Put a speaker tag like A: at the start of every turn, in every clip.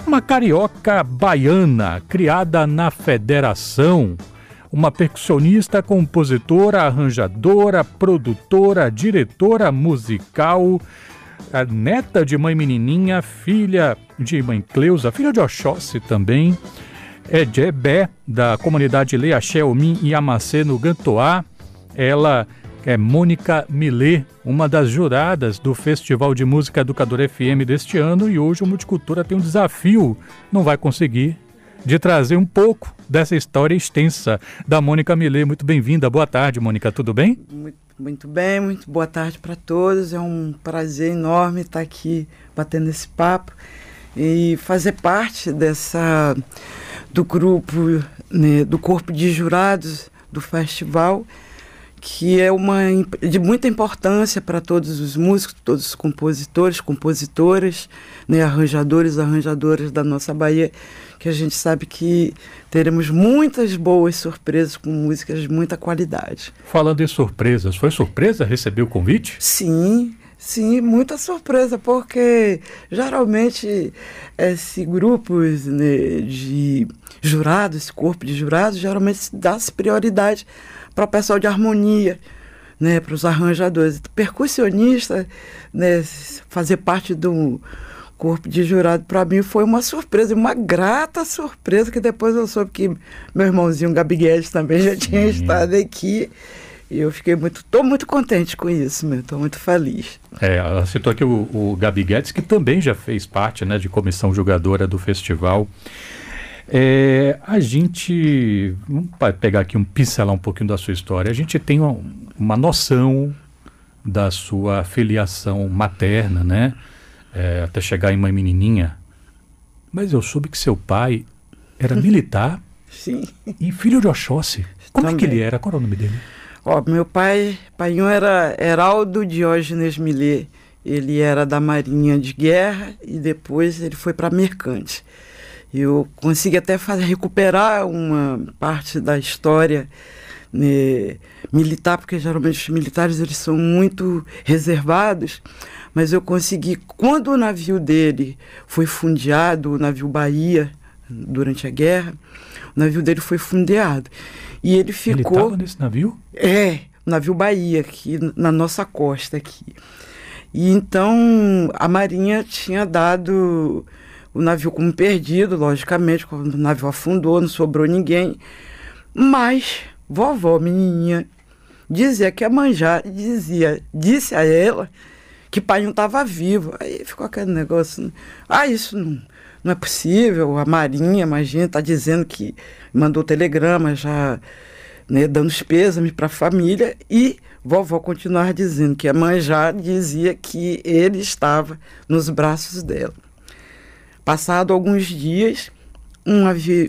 A: Uma carioca baiana, criada na Federação, uma percussionista, compositora, arranjadora, produtora, diretora musical, a neta de mãe menininha, filha de mãe Cleusa, filha de Oxóssi também, é Djebé, da comunidade Leaxé Omim e Amacê no Gantoá. Ela é Mônica Millet, uma das juradas do Festival de Música Educadora FM deste ano, e hoje o Multicultura tem um desafio, não vai conseguir, de trazer um pouco dessa história extensa da Mônica Millet. Muito bem-vinda, boa tarde, Mônica, tudo bem?
B: Muito bem, muito boa tarde para todos, é um prazer enorme estar aqui batendo esse papo e fazer parte do grupo, né, do corpo de jurados do festival, que é de muita importância para todos os músicos, todos os compositores, compositoras, né, arranjadoras da nossa Bahia, que a gente sabe que teremos muitas boas surpresas com músicas de muita qualidade.
A: Falando em surpresas, foi surpresa receber o convite?
B: Sim, muita surpresa, porque geralmente esse grupo, né, de jurados, esse corpo de jurados, geralmente dá-se prioridade para o pessoal de harmonia, né, para os arranjadores. Percussionista, né, fazer parte do corpo de jurado, para mim foi uma surpresa, uma grata surpresa, que depois eu soube que meu irmãozinho Gabi Guedes também já tinha estado aqui. E eu estou muito contente com isso, estou muito feliz.
A: Ela citou aqui o Gabi Guedes, que também já fez parte, né, de comissão julgadora do festival. A gente, vamos pegar aqui pincelar um pouquinho da sua história. A gente tem uma noção da sua filiação materna, né, até chegar em mãe menininha. Mas eu soube que seu pai era militar.
B: Sim.
A: E filho de Oxóssi. Como é que ele era? Qual era o nome dele?
B: Meu paiinho era Heraldo Diógenes Millet. Ele era da Marinha de Guerra e depois ele foi para mercante. Eu consegui até recuperar uma parte da história, né, militar, porque geralmente os militares eles são muito reservados, mas eu consegui, quando o navio dele foi fundeado, o navio Bahia, durante a guerra, o navio dele foi fundeado. E ele ficou...
A: Ele estava nesse navio?
B: O navio Bahia, aqui na nossa costa aqui. E então a Marinha tinha dado o navio como perdido, logicamente, quando o navio afundou, não sobrou ninguém. Mas vovó, menininha, dizia que a Manjá disse a ela que pai não estava vivo. Aí ficou aquele negócio, isso não é possível, a Marinha, imagina, está dizendo que mandou telegrama já, né, dando os pêsames para a família, e vovó continuava dizendo que a Manjá dizia que ele estava nos braços dela. Passado alguns dias, um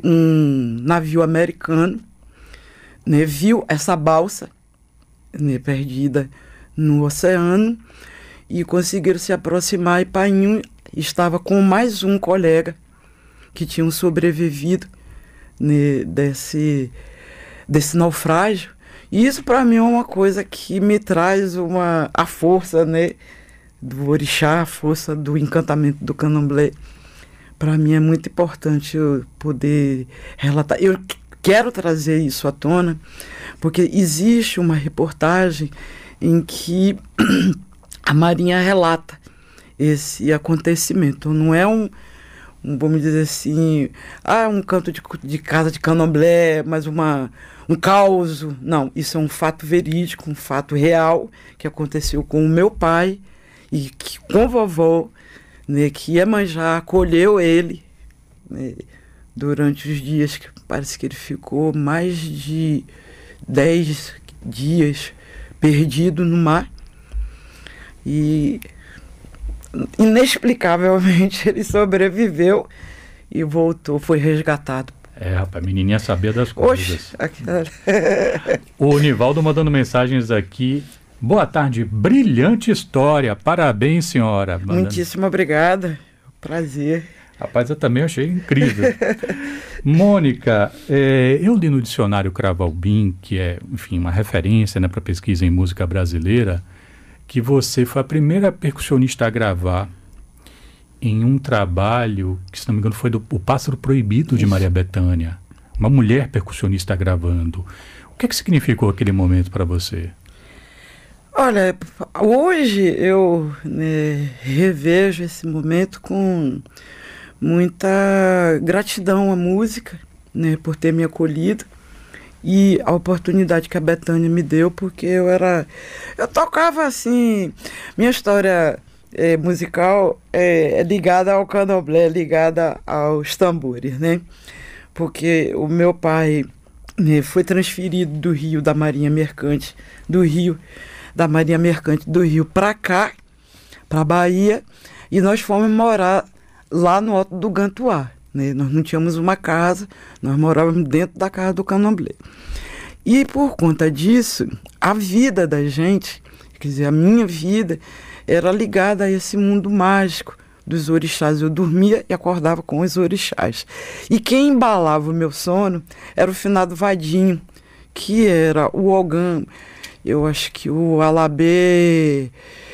B: navio americano, né, viu essa balsa, né, perdida no oceano, e conseguiram se aproximar, e Painho estava com mais um colega que tinham sobrevivido, né, desse naufrágio. E isso para mim é uma coisa que me traz a força, né, do orixá, a força do encantamento do candomblé. Para mim é muito importante eu poder relatar. Eu quero trazer isso à tona, porque existe uma reportagem em que a Marinha relata esse acontecimento. Não é vamos dizer assim, um canto de casa de candomblé, mas um caos. Não, isso é um fato verídico, um fato real, que aconteceu com o meu pai e que, com vovó, né, que Iemanjá acolheu ele, né, durante os dias que parece que ele ficou mais de 10 dias perdido no mar. E inexplicavelmente ele sobreviveu e voltou, foi resgatado.
A: Rapaz, a menininha sabia das coisas.
B: Oxe,
A: O Nivaldo mandando mensagens aqui. Boa tarde, brilhante história, parabéns, senhora.
B: Muitíssimo obrigada, prazer.
A: Rapaz, eu também achei incrível. Mônica, eu li no dicionário Cravalbim, que é, enfim, uma referência, né, para pesquisa em música brasileira, que você foi a primeira percussionista a gravar em um trabalho que, se não me engano, foi O Pássaro Proibido de Maria Bethânia. Uma mulher percussionista gravando. O que significou aquele momento para você?
B: Olha, hoje eu, né, revejo esse momento com muita gratidão à música, né, por ter me acolhido e a oportunidade que a Bethânia me deu, porque eu tocava assim, minha história musical é ligada ao candomblé, ligada aos tambores, né? Porque o meu pai, né, foi transferido do Rio da Marinha Mercante, da Marinha Mercante do Rio para cá, para Bahia, e nós fomos morar lá no Alto do Gantuá, né? Nós não tínhamos uma casa, nós morávamos dentro da casa do candomblé. E por conta disso, a vida da gente, quer dizer, a minha vida, era ligada a esse mundo mágico dos orixás. Eu dormia e acordava com os orixás. E quem embalava o meu sono era o finado Vadinho, que era o Ogã, eu acho que o alabê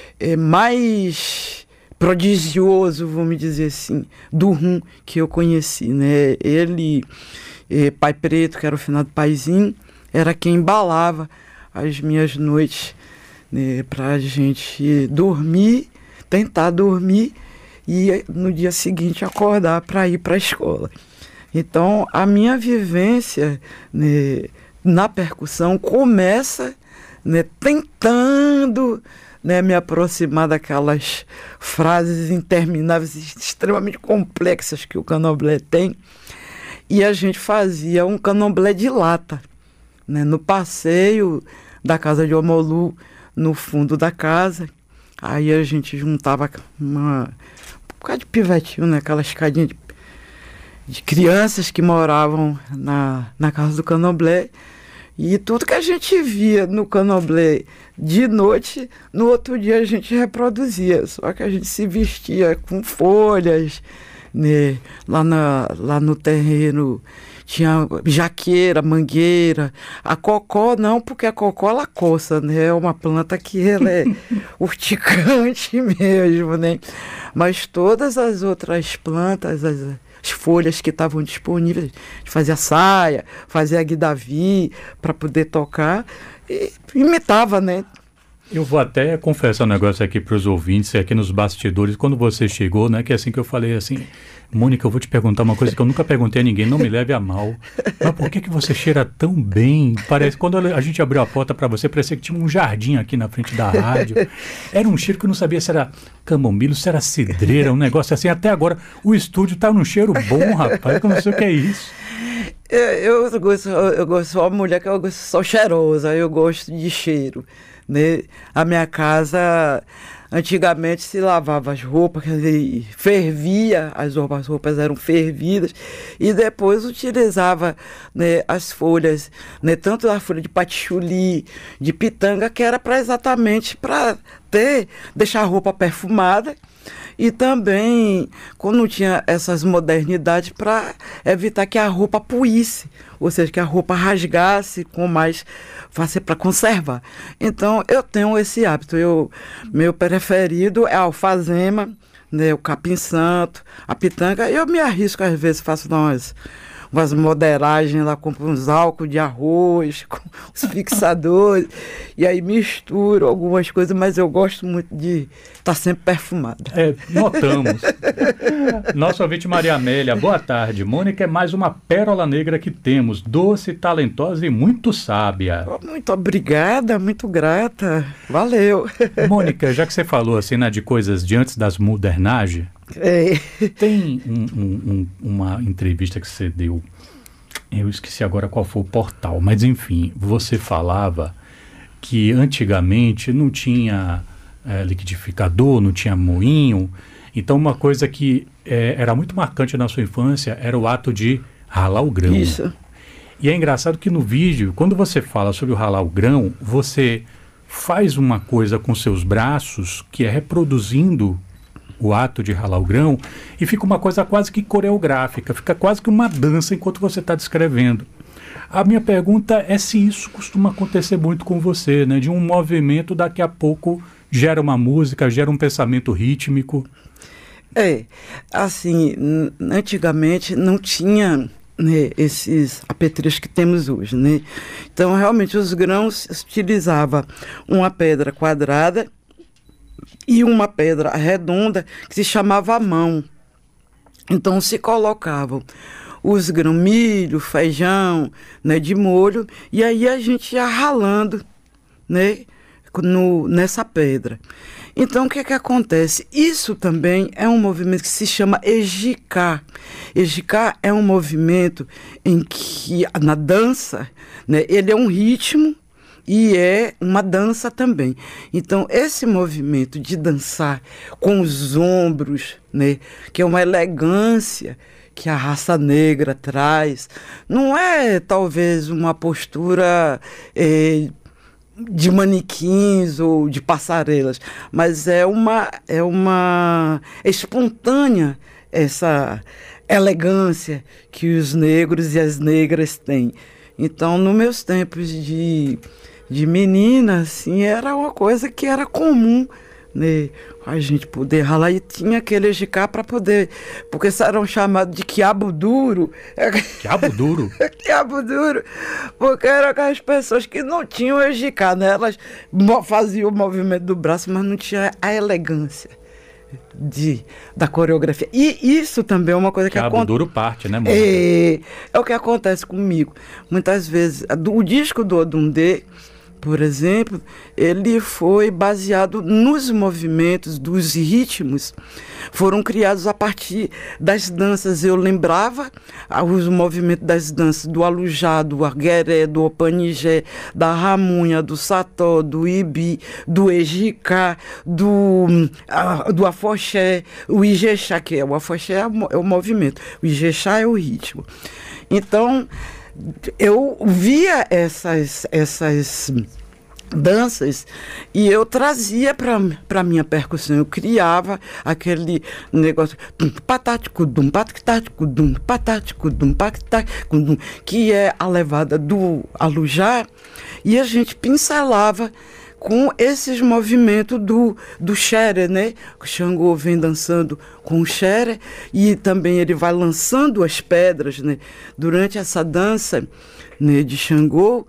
B: mais prodigioso, vamos dizer assim, do rum que eu conheci, né? Ele, Pai Preto, que era o finado Paizinho, era quem embalava as minhas noites, né, para a gente dormir, tentar dormir e no dia seguinte acordar para ir para a escola. Então, a minha vivência, né, na percussão começa, né, tentando, né, me aproximar daquelas frases intermináveis, extremamente complexas que o candomblé tem. E a gente fazia um candomblé de lata, né, no passeio da casa de Omolu, no fundo da casa. Aí a gente juntava um bocado de pivetinho, né, aquela escadinha de crianças que moravam na casa do candomblé. E tudo que a gente via no candomblé de noite, no outro dia a gente reproduzia. Só que a gente se vestia com folhas, né? Lá no terreno tinha jaqueira, mangueira. A cocó não, porque a cocó ela coça, né? É uma planta que ela é urticante mesmo, né? Mas todas as outras plantas, as folhas que estavam disponíveis, a gente fazia saia, fazia guidavi para poder tocar e imitava, né?
A: Eu vou até confessar um negócio aqui para os ouvintes, aqui nos bastidores, quando você chegou, né, que é assim que eu falei assim, Mônica, eu vou te perguntar uma coisa que eu nunca perguntei a ninguém, não me leve a mal, mas por que você cheira tão bem? Parece, quando a gente abriu a porta para você, parecia que tinha um jardim aqui na frente da rádio, era um cheiro que eu não sabia se era camomilo, se era cidreira, um negócio assim, até agora o estúdio tá num cheiro bom, rapaz, eu não sei o que é isso.
B: Eu sou uma mulher que eu sou cheirosa, eu gosto de cheiro, né? A minha casa, antigamente se lavava as roupas, quer dizer, fervia as roupas eram fervidas e depois utilizava, né, as folhas, né, tanto a folha de patchouli, de pitanga, que era exatamente para deixar a roupa perfumada. E também, quando não tinha essas modernidades, para evitar que a roupa puísse, ou seja, que a roupa rasgasse com mais fácil para conservar. Então, eu tenho esse hábito. Meu preferido é a alfazema, né, o capim-santo, a pitanga. Eu me arrisco, às vezes, faço umas modelagens lá, compro uns álcool de arroz, com os fixadores, e aí misturo algumas coisas, mas eu gosto muito de estar sempre perfumada.
A: Notamos. Nossa ouvinte Maria Amélia, boa tarde. Mônica é mais uma pérola negra que temos, doce, talentosa e muito sábia.
B: Muito obrigada, muito grata. Valeu.
A: Mônica, já que você falou assim, né, de coisas de antes das modernagens, tem uma entrevista que você deu, eu esqueci agora qual foi o portal, mas enfim, você falava que antigamente não tinha liquidificador, não tinha moinho, então uma coisa que era muito marcante na sua infância era o ato de ralar o grão.
B: Isso.
A: E é engraçado que no vídeo, quando você fala sobre o ralar o grão, você faz uma coisa com seus braços que é reproduzindo o ato de ralar o grão, e fica uma coisa quase que coreográfica, fica quase que uma dança enquanto você está descrevendo. A minha pergunta é se isso costuma acontecer muito com você, né? De um movimento daqui a pouco gera uma música, gera um pensamento rítmico.
B: Assim, antigamente não tinha, né, esses apetrechos que temos hoje, né? Então, realmente, os grãos se utilizava uma pedra quadrada e uma pedra redonda que se chamava mão. Então, se colocavam os grãos, milho, feijão, né, de molho, e aí a gente ia ralando, né, nessa pedra. Então, o que acontece? Isso também é um movimento que se chama ejicá. Ejicá é um movimento em que, na dança, né, ele é um ritmo e é uma dança também. Então, esse movimento de dançar com os ombros, né, que é uma elegância que a raça negra traz, não é talvez uma postura de manequins ou de passarelas, mas é espontânea essa elegância que os negros e as negras têm. Então, nos meus tempos de menina, assim, era uma coisa que era comum, né, a gente poder ralar, e tinha aquele ejicá para poder, porque eram chamados de quiabo duro.
A: Quiabo duro?
B: Quiabo duro, porque eram aquelas pessoas que não tinham ejicá, né? Elas faziam o movimento do braço, mas não tinha a elegância da coreografia. E isso também é uma coisa que acontece.
A: Quiabo duro parte, né, Mônica?
B: É o que acontece comigo. Muitas vezes, o disco do Odundê, por exemplo, ele foi baseado nos movimentos, dos ritmos, foram criados a partir das danças. Eu lembrava os movimentos das danças do alujá, do argueré, do opanigé, da ramunha, do sató, do ibi, do ejicá, do afoxé, o ijexá, que é o afoxé é o movimento, o ijexá é o ritmo. Então, eu via essas danças e eu trazia para a minha percussão. Eu criava aquele negócio que é a levada do alujá, e a gente pincelava com esses movimentos do xere, né? O Xangô vem dançando com o xere e também ele vai lançando as pedras, né? Durante essa dança, né, de Xangô,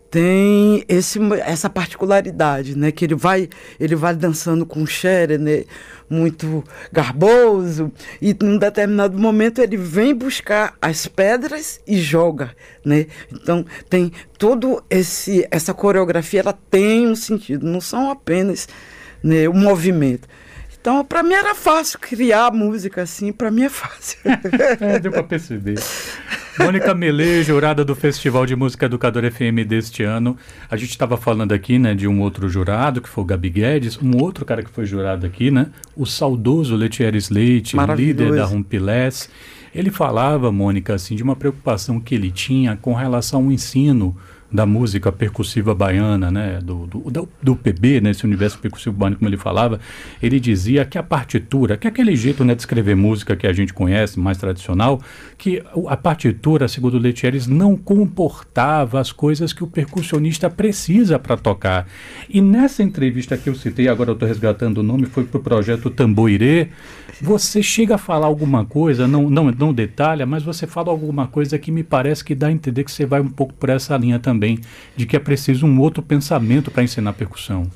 B: tem essa particularidade, né? Que ele vai dançando com o xere, né, muito garboso, e num determinado momento ele vem buscar as pedras e joga, né? Então tem todo essa coreografia, ela tem um sentido, não são apenas, né, o movimento. Então, para mim era fácil criar música assim, para mim é fácil.
A: Deu para perceber. Mônica Melê, jurada do Festival de Música Educadora FM deste ano. A gente estava falando aqui, né, de um outro jurado, que foi o Gabi Guedes, um outro cara que foi jurado aqui, né, o saudoso Letieres Leite, líder da Rumpilés. Ele falava, Mônica, assim, de uma preocupação que ele tinha com relação ao ensino da música percussiva baiana, né, do PB, né, esse universo percussivo baiano, como ele falava. Ele dizia que a partitura, que é aquele jeito, né, de escrever música que a gente conhece, mais tradicional, que a partitura, segundo Letieres, não comportava as coisas que o percussionista precisa para tocar. E nessa entrevista que eu citei, agora eu estou resgatando o nome, foi para o projeto Tamboirê. Você chega a falar alguma coisa, não detalha, mas você fala alguma coisa que me parece que dá a entender que você vai um pouco por essa linha também, de que é preciso um outro pensamento para ensinar percussão.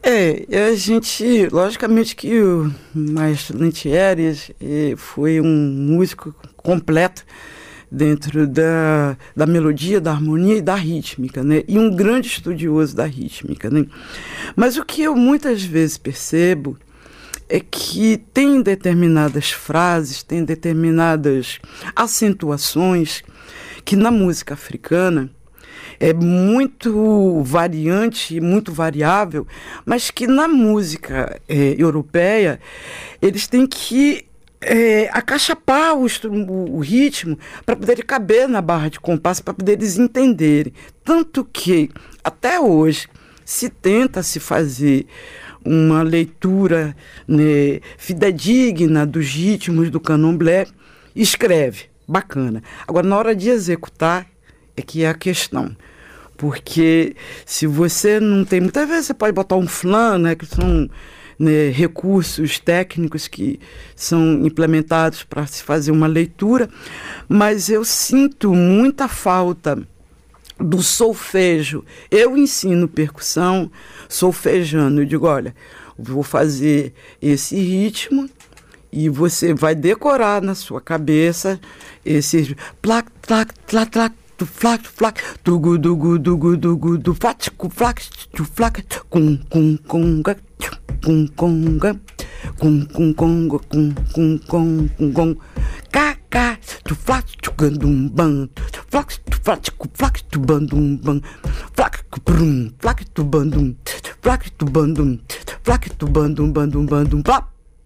B: A gente, logicamente que o maestro Letieres foi um músico completo dentro da melodia, da harmonia e da rítmica, né? E um grande estudioso da rítmica, né? Mas o que eu muitas vezes percebo é que tem determinadas frases, tem determinadas acentuações que na música africana é muito variante, muito variável, mas que na música europeia eles têm que acachapar o ritmo para poder caber na barra de compasso, para poder eles entenderem. Tanto que, até hoje, se tenta se fazer uma leitura, né, fidedigna dos ritmos do candomblé, escreve, bacana. Agora, na hora de executar, é que é a questão. Porque se você não tem... Muitas vezes você pode botar um flan, né, que são né, recursos técnicos que são implementados para se fazer uma leitura, mas eu sinto muita falta do solfejo. Eu ensino percussão solfejando. Eu digo, olha, vou fazer esse ritmo e você vai decorar na sua cabeça esses plac, plac, tlac, tlac, tu flac, flac, tu gu, du gu, du gu, du gu, du flac, cu, flac, tu flac, cum, cum, conga, cum, conga, cum, cum, conga, cum, cum, com, cá, cá, tu flac, tu gandum, ban, tu flac, cu, flac, tu bandum, ban, flac, cu, brum, flac, tu bandum, flac, tu bandum, flac, tu bandum, bandum, bandum, flap.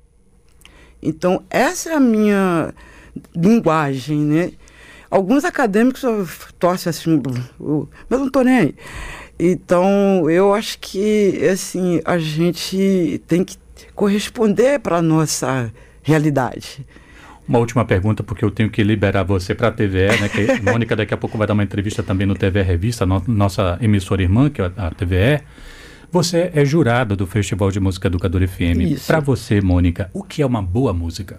B: Então, essa é a minha linguagem, né? Alguns acadêmicos torcem assim, mas não estou nem aí. Então, eu acho que assim, a gente tem que corresponder para a nossa realidade.
A: Uma última pergunta, porque eu tenho que liberar você para a TVE, né? Que a Mônica daqui a pouco vai dar uma entrevista também no TVE Revista, nossa emissora irmã, que é a TVE. Você é jurada do Festival de Música Educadora FM. Para você, Mônica, o que é uma boa música?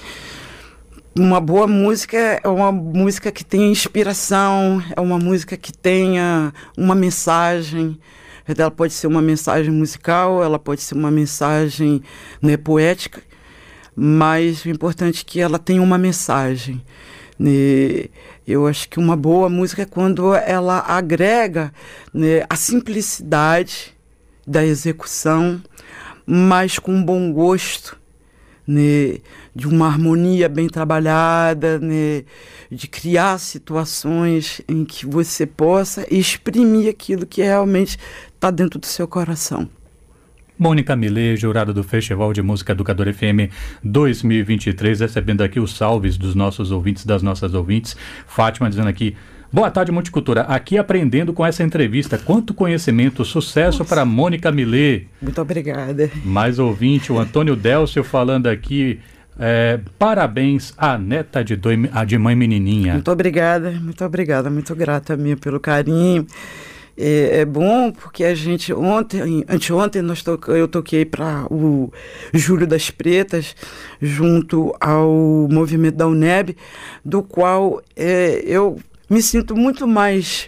B: Uma boa música é uma música que tenha inspiração, é uma música que tenha uma mensagem. Ela pode ser uma mensagem musical, ela pode ser uma mensagem, né, poética, mas o importante é que ela tenha uma mensagem. Né? Eu acho que uma boa música é quando ela agrega, né, a simplicidade da execução, mas com bom gosto, né, de uma harmonia bem trabalhada, né, de criar situações em que você possa exprimir aquilo que realmente está dentro do seu coração.
A: Mônica Millet, jurada do Festival de Música Educadora FM 2023, recebendo aqui os salves dos nossos ouvintes, das nossas ouvintes. Fátima dizendo aqui: boa tarde, Multicultura. Aqui aprendendo com essa entrevista. Quanto conhecimento, sucesso para Mônica Millet.
B: Muito obrigada.
A: Mais ouvinte, o Antônio Délcio falando aqui. Parabéns à neta de mãe menininha.
B: Muito obrigada, muito grata a mim pelo carinho. É bom porque a gente anteontem eu toquei para o Júlio das Pretas junto ao movimento da UNEB, do qual eu me sinto muito mais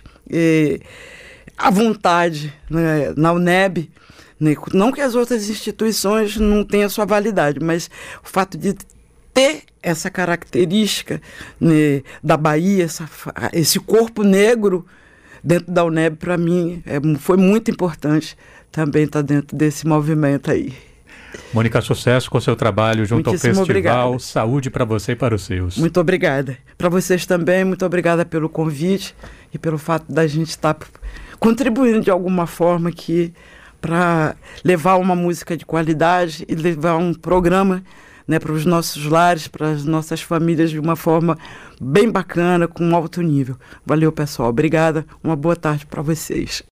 B: à vontade, né, na UNEB. Né? Não que as outras instituições não tenham sua validade, mas o fato de ter essa característica, né, da Bahia, esse corpo negro dentro da UNEB, para mim, foi muito importante também estar dentro desse movimento aí.
A: Mônica, sucesso com o seu trabalho junto ao festival.
B: Obrigada.
A: Saúde para você e para os seus.
B: Muito obrigada. Para vocês também, muito obrigada pelo convite e pelo fato da gente estar contribuindo de alguma forma aqui para levar uma música de qualidade e levar um programa, né, para os nossos lares, para as nossas famílias de uma forma bem bacana, com um alto nível. Valeu, pessoal. Obrigada. Uma boa tarde para vocês.